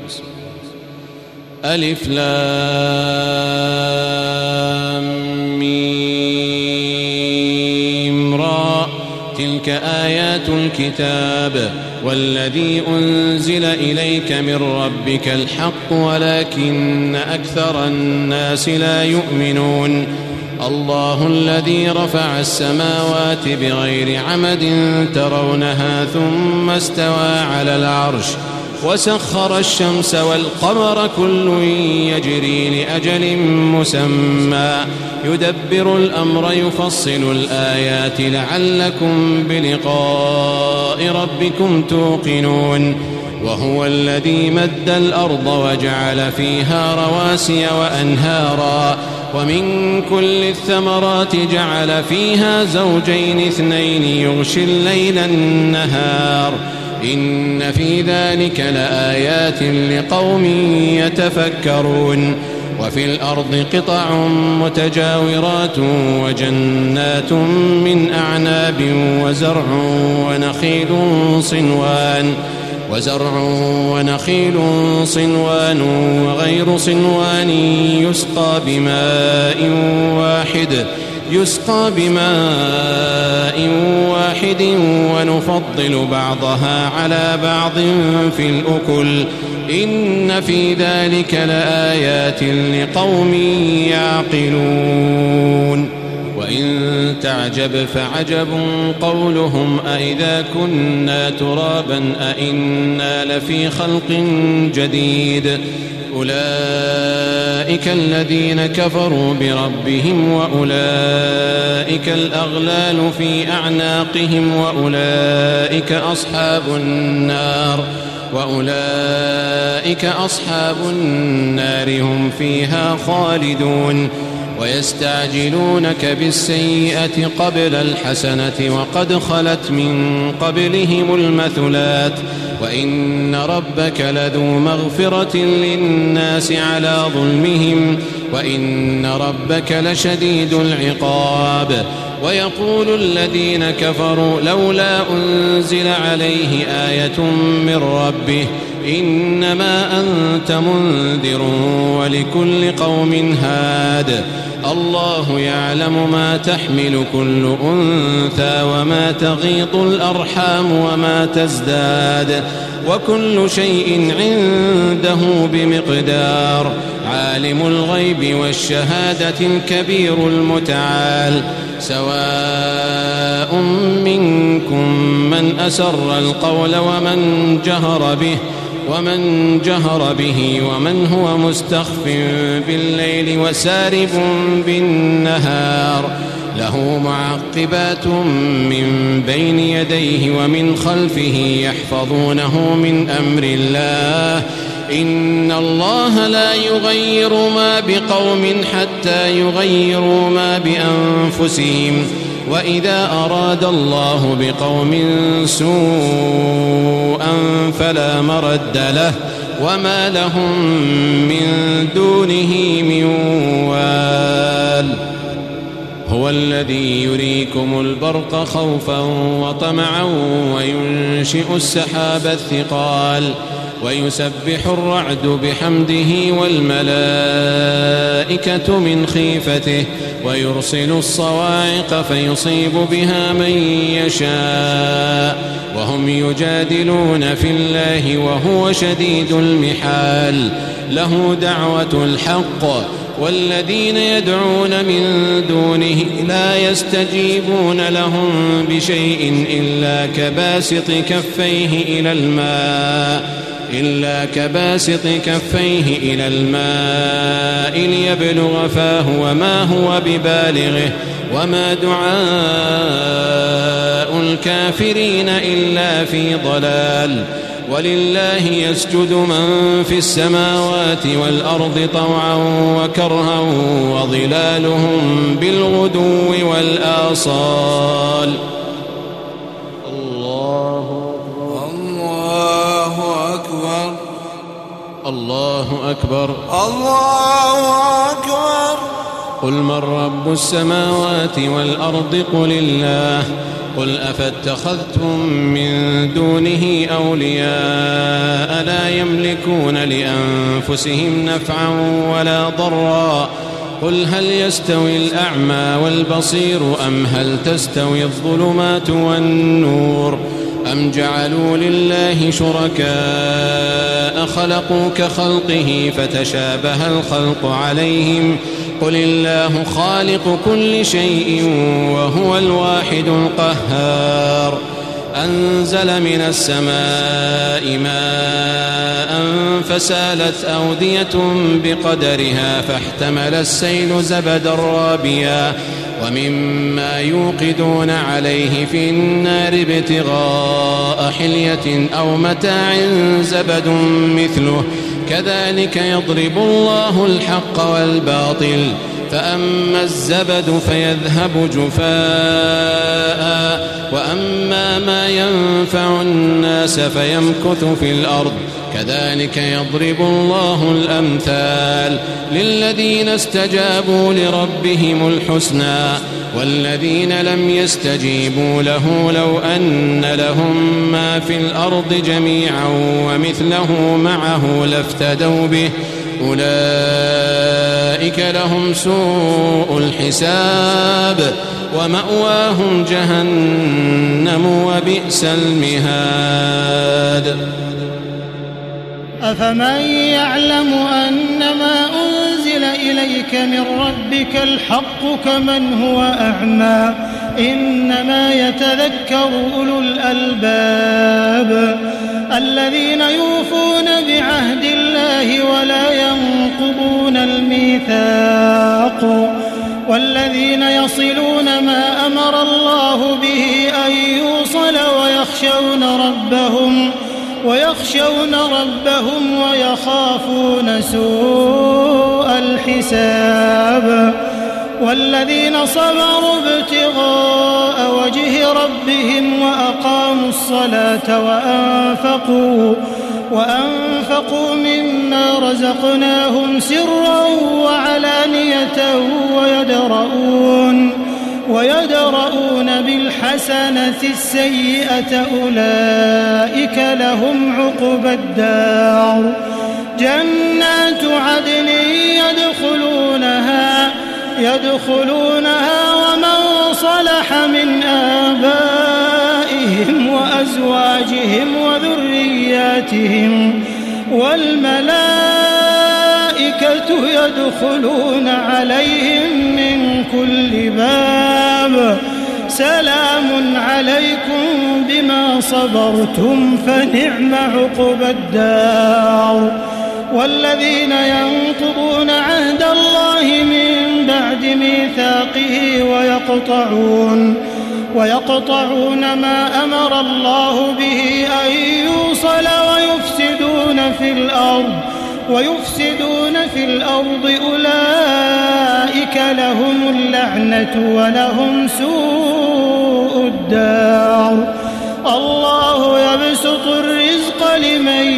ألف لام ميم را تلك آيات الكتاب والذي أنزل إليك من ربك الحق ولكن أكثر الناس لا يؤمنون الله الذي رفع السماوات بغير عمد ترونها ثم استوى على العرش وسخر الشمس والقمر كل يجري لأجل مسمى يدبر الأمر يفصل الآيات لعلكم بلقاء ربكم توقنون وهو الذي مد الأرض وجعل فيها رواسي وأنهارا ومن كل الثمرات جعل فيها زوجين اثنين يغشي الليل النهار إن في ذلك لآيات لقوم يتفكرون وفي الأرض قطع متجاورات وجنات من أعناب ونخيل صنوان وغير صنوان يسقى بماء واحد ونفضل بعضها على بعض في الأكل إن في ذلك لآيات لقوم يعقلون وإن تعجب فعجب قولهم أإذا كنا ترابا أإنا لفي خلق جديد أولئك الذين كفروا بربهم وأولئك الأغلال في أعناقهم وأولئك أصحاب النار هم فيها خالدون ويستعجلونك بالسيئة قبل الحسنة وقد خلت من قبلهم المثلات وإن ربك لذو مغفرة للناس على ظلمهم وإن ربك لشديد العقاب ويقول الذين كفروا لولا أنزل عليه آية من ربه إنما أنت منذر ولكل قوم هاد الله يعلم ما تحمل كل أنثى وما تغيض الأرحام وما تزداد وكل شيء عنده بمقدار عالم الغيب والشهادة الكبير المتعال سواء منكم من أسر القول ومن جهر به ومن هو مستخف بالليل وسارب بالنهار له معقبات من بين يديه ومن خلفه يحفظونه من أمر الله إن الله لا يغير ما بقوم حتى يغيروا ما بأنفسهم وإذا أراد الله بقوم سوءا فلا مرد له وما لهم من دونه من وال هو الذي يريكم البرق خوفا وطمعا وينشئ السحاب الثقال ويسبح الرعد بحمده والملائكة من خيفته ويرسل الصواعق فيصيب بها من يشاء وهم يجادلون في الله وهو شديد المحال له دعوة الحق والذين يدعون من دونه لا يستجيبون لهم بشيء إلا كباسط كفيه إلى الماء ليبلغ فاه وما هو ببالغه وما دعاء الكافرين إلا في ضلال ولله يسجد من في السماوات والأرض طوعا وكرها وظلالهم بالغدو والآصال الله أكبر قل من رب السماوات والأرض قل الله قل أفاتخذتم من دونه أولياء لا يملكون لأنفسهم نفعا ولا ضرا قل هل يستوي الأعمى والبصير أم هل تستوي الظلمات والنور أم جعلوا لله شركاء خلقوا كخلقه فتشابه الخلق عليهم قل الله خالق كل شيء وهو الواحد القهار أنزل من السماء ماء فسالت أودية بقدرها فاحتمل السيل زبدا رابيا ومما يوقدون عليه في النار ابتغاء حلية أو متاع زبد مثله كذلك يضرب الله الحق والباطل فأما الزبد فيذهب جفاء وأما ما ينفع الناس فيمكث في الأرض كذلك يضرب الله الأمثال للذين استجابوا لربهم الحسنى والذين لم يستجيبوا له لو أن لهم ما في الأرض جميعا ومثله معه لافتدوا به أولئك لهم سوء الحساب ومأواهم جهنم وبئس المهاد أفمن يعلم أنما أنزل إليك من ربك الحق كمن هو أعمى إنما يتذكر أولو الألباب الذين يوفون بعهد الله ولا ينقضون الميثاق والذين يصلون ما أمر الله به أن يوصل ويخشون ربهم ويخافون سوء الحساب والذين صبروا ابتغاء وجه ربهم وأقاموا الصلاة وأنفقوا مما رزقناهم سرا وعلانية ويدرؤون بالحسنة السيئة أولئك لهم عقبى الدار جنات عدن يدخلونها ومن صلح من آبائهم وأزواجهم وذرياتهم والملائكة يدخلون عليهم من كل باب سلام عليكم بما صبرتم فنعم عقبى الدار والذين ينقضون عهد الله من بعد ميثاقه ويقطعون ما أمر الله به أن يوصل ويفسدون في الأرض أولئك لهم اللعنة ولهم سوء الدار الله يبسط الرزق لمن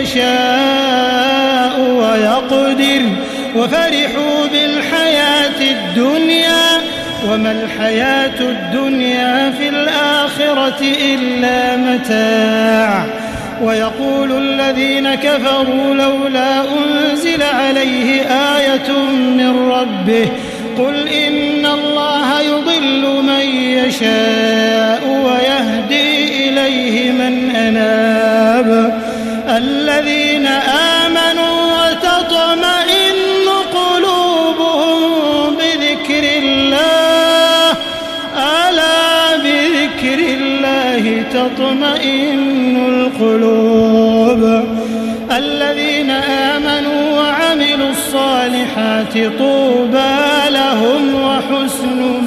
يشاء ويقدر وفرحوا بالحياة الدنيا وما الحياة الدنيا في الآخرة إلا متاع ويقول الذين كفروا لولا أنزل عليه آية من ربه قل إن الله يضل من يشاء ويهدي إليه من أناب الذين آمنوا وتطمئن قلوبهم بذكر الله ألا بذكر الله تطمئن القلوب الذين آمنوا وعملوا الصالحات طوبى لهم وحسن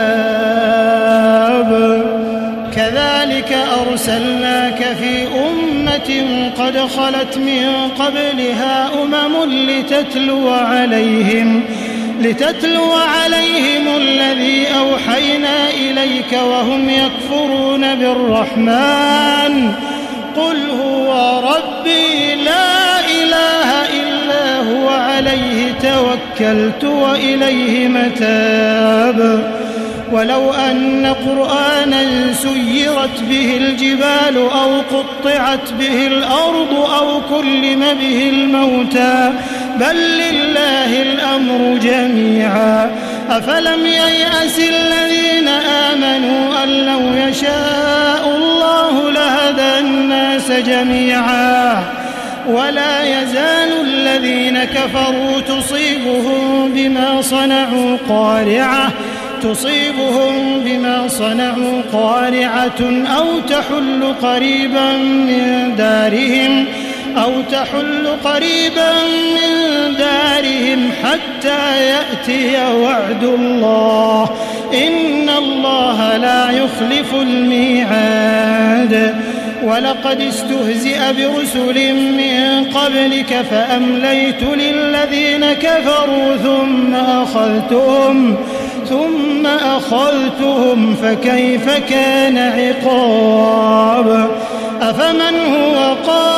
مآب كذلك أرسلناك في أمة قد خلت من قبلها لتتلو عليهم الذي أوحينا إليك وهم يكفرون بالرحمن قل هو ربي لا إله إلا هو عليه توكلت وإليه متاب ولو أن قرآنا سيرت به الجبال أو قطعت به الأرض أو كلم به الموتى بل لله الأمر جميعا أفلم ييأس الذين آمنوا أن لو يشاء الله لهدى الناس جميعا ولا يزال الذين كفروا تصيبهم بما صنعوا قارعة أو تحل قريبا من دارهم حتى يأتي وعد الله إن الله لا يخلف الميعاد ولقد استهزئ برسل من قبلك فأمليت للذين كفروا ثم أخذتهم فكيف كان عقاب أفمن هو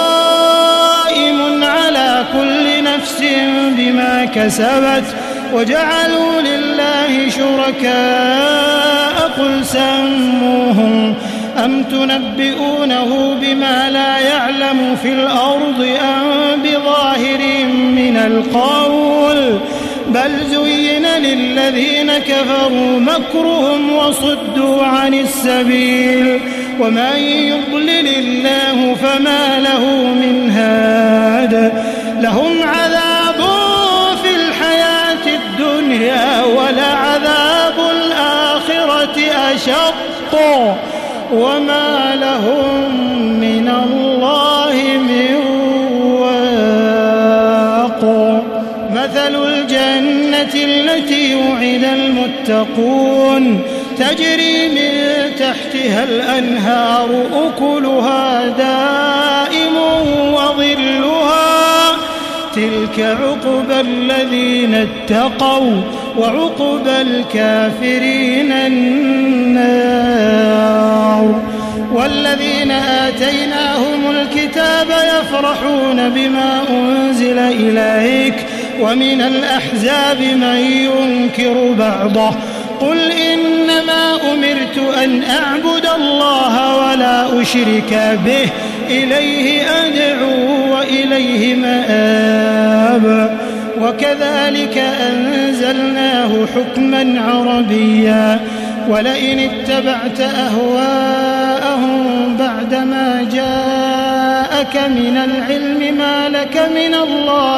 قائم على كل نفس بما كسبت وجعلوا لله شركاء قل سموهم أم تنبئونه بما لا يعلم في الأرض أم بظاهر من القول بل زين للذين كفروا مكرهم وصدوا عن السبيل ومن يضلل الله فما له من هاد لهم عذاب في الحياة الدنيا ولعذاب الآخرة أشق وما لهم من الله من واق مثل الجنة التي وعد المتقون تجري من تحتها الأنهار أكلها دائم وظلها تلك عقبى الذين اتقوا وعقبى الكافرين النار والذين آتيناهم الكتاب يفرحون بما أنزل إليك ومن الأحزاب من ينكر بعضه قل إنما أمرت أن أعبد الله ولا أشرك به إليه أدعو وإليه مآب وكذلك أنزلناه حكما عربيا ولئن اتبعت أهواءهم بعدما جاءك من العلم ما لك من الله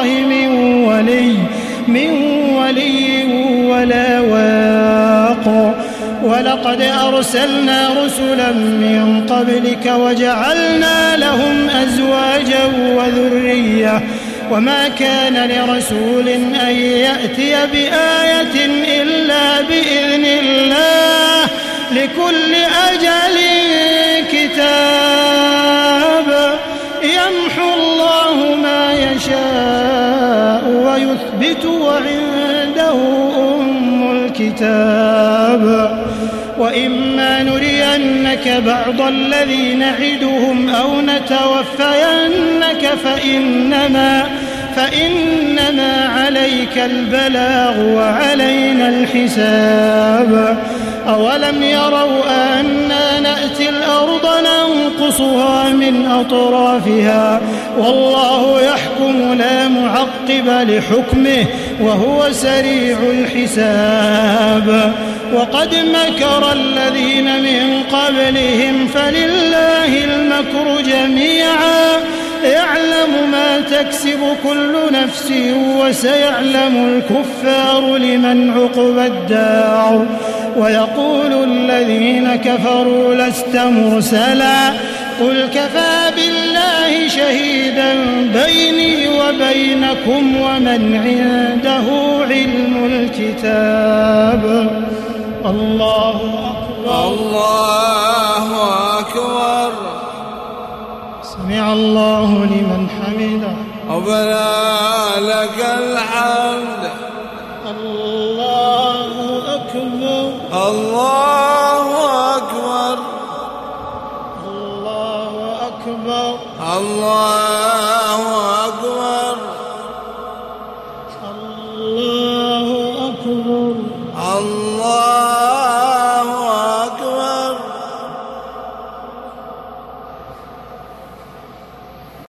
من ولي ولا واق ولقد أرسلنا رسلا من قبلك وجعلنا لهم أزواجا وذرية وما كان لرسول أن يأتي بآية إلا بإذن الله لكل أجل كتاب يمحو الله ما يشاء ويثبت وعنده أم الكتاب وإما نرينك بعض الذي نعدهم أو نتوفينك فإنما عليك البلاغ وعلينا الحساب أولم يروا أنا نأتي الأرض ننقصها من أطرافها والله يحكم لا معقب لحكمه وهو سريع الحساب وقد مكر الذين من قبلهم فلله المكر جميعا يعلم ما تكسب كل نفس وسيعلم الكفار لمن عقبى الدار ويقول الذين كفروا لست مرسلا قل كفى بالله شهيدا بيني وبينكم ومن عنده علم الكتاب الله أكبر الله أكبر سمع الله لمن حمده ربنا لك الحمد الله أكبر الله أكبر الله أكبر الله